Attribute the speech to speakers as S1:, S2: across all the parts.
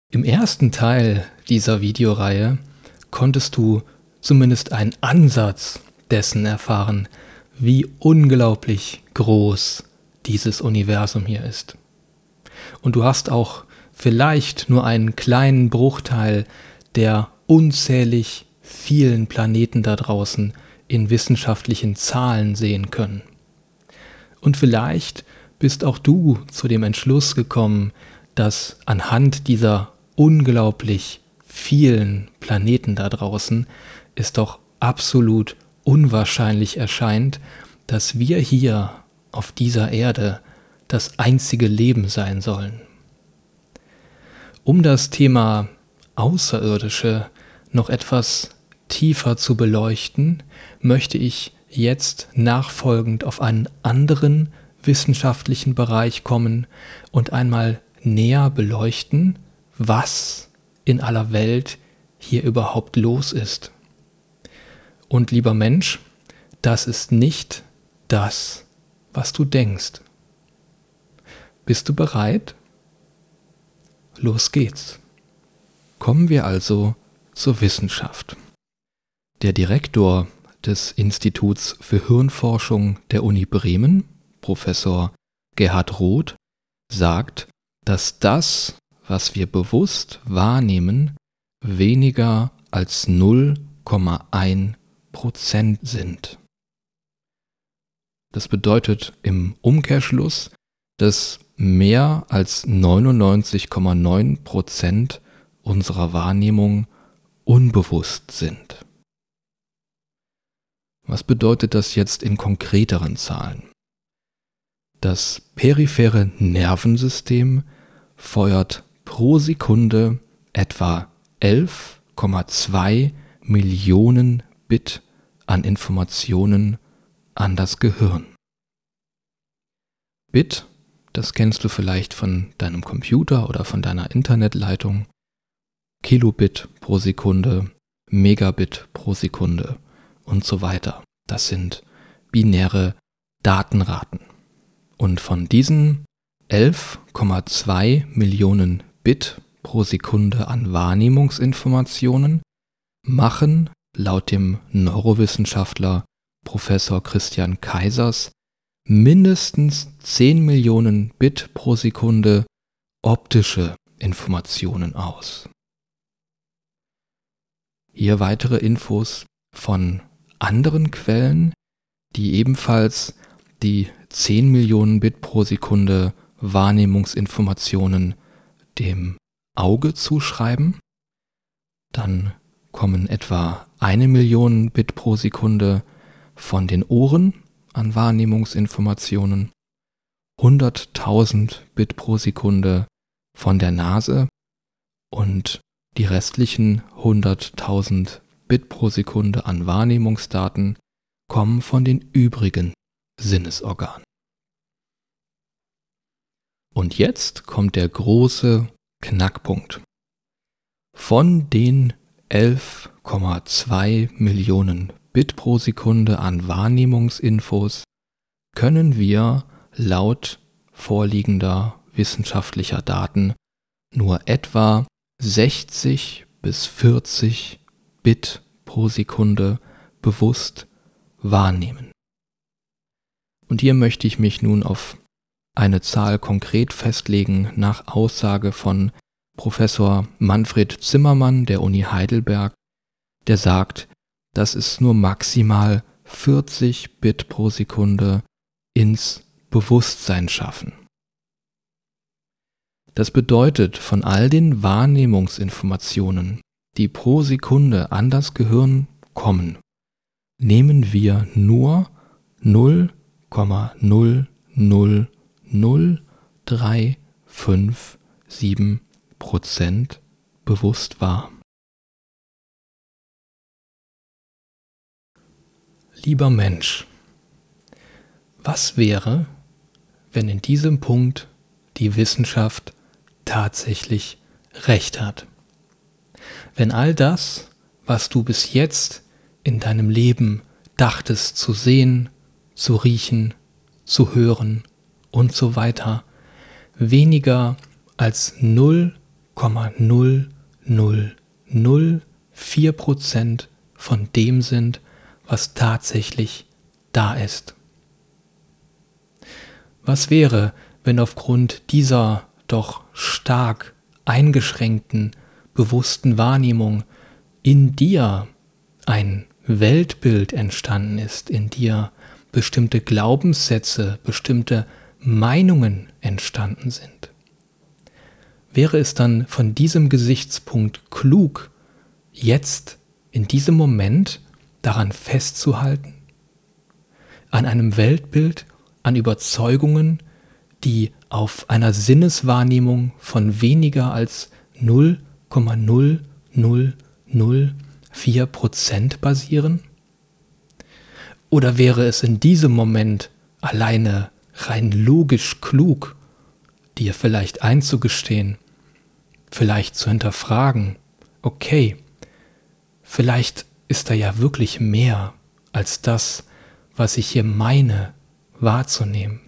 S1: Im ersten Teil dieser Videoreihe konntest du zumindest einen Ansatz dessen erfahren, wie unglaublich groß dieses Universum hier ist. Und du hast auch vielleicht nur einen kleinen Bruchteil der unzählig vielen Planeten da draußen in wissenschaftlichen Zahlen sehen können. Und vielleicht bist auch du zu dem Entschluss gekommen, dass anhand dieser unglaublich vielen Planeten da draußen es doch absolut unwahrscheinlich erscheint, dass wir hier auf dieser Erde das einzige Leben sein sollen. Um das Thema Außerirdische noch etwas tiefer zu beleuchten, möchte ich jetzt nachfolgend auf einen anderen wissenschaftlichen Bereich kommen und einmal näher beleuchten, was in aller Welt hier überhaupt los ist. Und lieber Mensch, das ist nicht das, was du denkst. Bist du bereit? Los geht's. Kommen wir also zur Wissenschaft. Der Direktor des Instituts für Hirnforschung der Uni Bremen, Professor Gerhard Roth, sagt, dass das, was wir bewusst wahrnehmen, weniger als 0,1% sind. Das bedeutet im Umkehrschluss, dass mehr als 99,9% unserer Wahrnehmung unbewusst sind. Was bedeutet das jetzt in konkreteren Zahlen? Das periphere Nervensystem feuert pro Sekunde etwa 11,2 Millionen Bit an Informationen an das Gehirn. Bit, das kennst du vielleicht von deinem Computer oder von deiner Internetleitung. Kilobit pro Sekunde, Megabit pro Sekunde und so weiter. Das sind binäre Datenraten. Und von diesen 11,2 Millionen Bit pro Sekunde an Wahrnehmungsinformationen machen laut dem Neurowissenschaftler Professor Christian Kaisers mindestens 10 Millionen Bit pro Sekunde optische Informationen aus. Hier weitere Infos von anderen Quellen, die ebenfalls die 10 Millionen Bit pro Sekunde Wahrnehmungsinformationen dem Auge zuschreiben. Dann kommen etwa 1 Million Bit pro Sekunde von den Ohren an Wahrnehmungsinformationen, 100.000 Bit pro Sekunde von der Nase und die restlichen 100.000 Bit pro Sekunde an Wahrnehmungsdaten kommen von den übrigen Sinnesorganen. Und jetzt kommt der große Knackpunkt. Von den 11,2 Millionen Bit pro Sekunde an Wahrnehmungsinfos können wir laut vorliegender wissenschaftlicher Daten nur etwa 60 bis 40 Bit pro Sekunde bewusst wahrnehmen. Und hier möchte ich mich nun auf eine Zahl konkret festlegen nach Aussage von Professor Manfred Zimmermann der Uni Heidelberg, der sagt, dass es nur maximal 40 Bit pro Sekunde ins Bewusstsein schaffen. Das bedeutet, von all den Wahrnehmungsinformationen, die pro Sekunde an das Gehirn kommen, nehmen wir nur 0,0000357% bewusst wahr. Lieber Mensch, was wäre, wenn in diesem Punkt die Wissenschaft tatsächlich recht hat? Wenn all das, was du bis jetzt in deinem Leben dachtest zu sehen, zu riechen, zu hören und so weiter, weniger als 0,1% 0,0004% von dem sind, was tatsächlich da ist. Was wäre, wenn aufgrund dieser doch stark eingeschränkten, bewussten Wahrnehmung in dir ein Weltbild entstanden ist, in dir bestimmte Glaubenssätze, bestimmte Meinungen entstanden sind? Wäre es dann von diesem Gesichtspunkt klug, jetzt in diesem Moment daran festzuhalten? An einem Weltbild, an Überzeugungen, die auf einer Sinneswahrnehmung von weniger als 0,0004% basieren? Oder wäre es in diesem Moment alleine rein logisch klug, dir vielleicht einzugestehen, vielleicht zu hinterfragen, okay, vielleicht ist da ja wirklich mehr als das, was ich hier meine wahrzunehmen.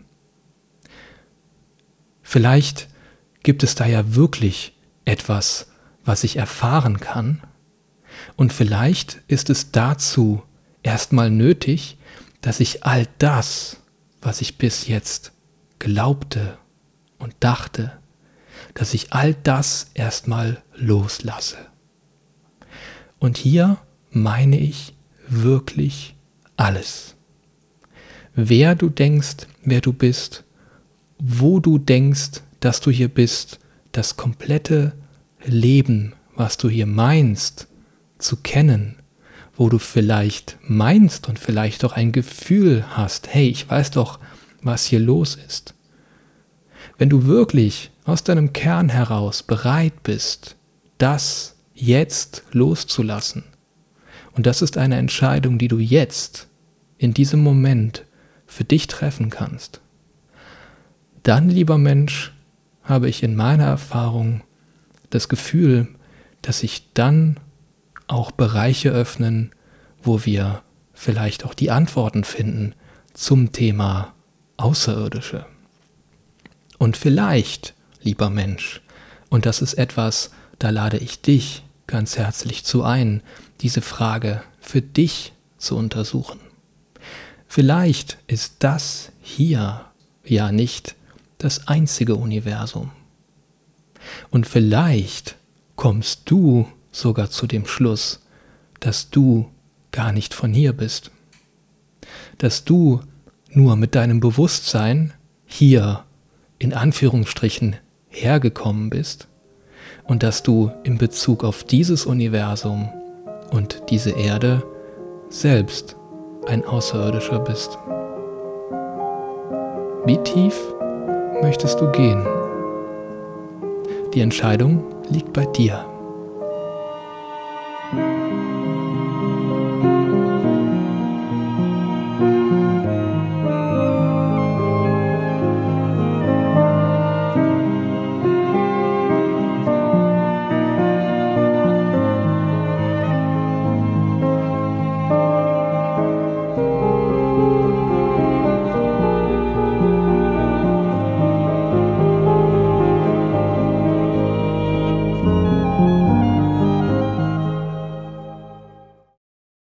S1: Vielleicht gibt es da ja wirklich etwas, was ich erfahren kann, und vielleicht ist es dazu erstmal nötig, dass ich all das, was ich bis jetzt glaubte und dachte, dass ich all das erstmal loslasse. Und hier meine ich wirklich alles. Wer du denkst, wer du bist, wo du denkst, dass du hier bist, das komplette Leben, was du hier meinst, zu kennen, wo du vielleicht meinst und vielleicht auch ein Gefühl hast, hey, ich weiß doch, was hier los ist. Wenn du wirklich aus deinem Kern heraus bereit bist, das jetzt loszulassen, und das ist eine Entscheidung, die du jetzt, in diesem Moment, für dich treffen kannst, dann, lieber Mensch, habe ich in meiner Erfahrung das Gefühl, dass sich dann auch Bereiche öffnen, wo wir vielleicht auch die Antworten finden zum Thema Außerirdische. Und vielleicht, lieber Mensch, und das ist etwas, da lade ich dich ganz herzlich zu ein, diese Frage für dich zu untersuchen. Vielleicht ist das hier ja nicht das einzige Universum. Und vielleicht kommst du sogar zu dem Schluss, dass du gar nicht von hier bist. Dass du nur mit deinem Bewusstsein hier in Anführungsstrichen hergekommen bist und dass du in Bezug auf dieses Universum und diese Erde selbst ein Außerirdischer bist. Wie tief möchtest du gehen? Die Entscheidung liegt bei dir.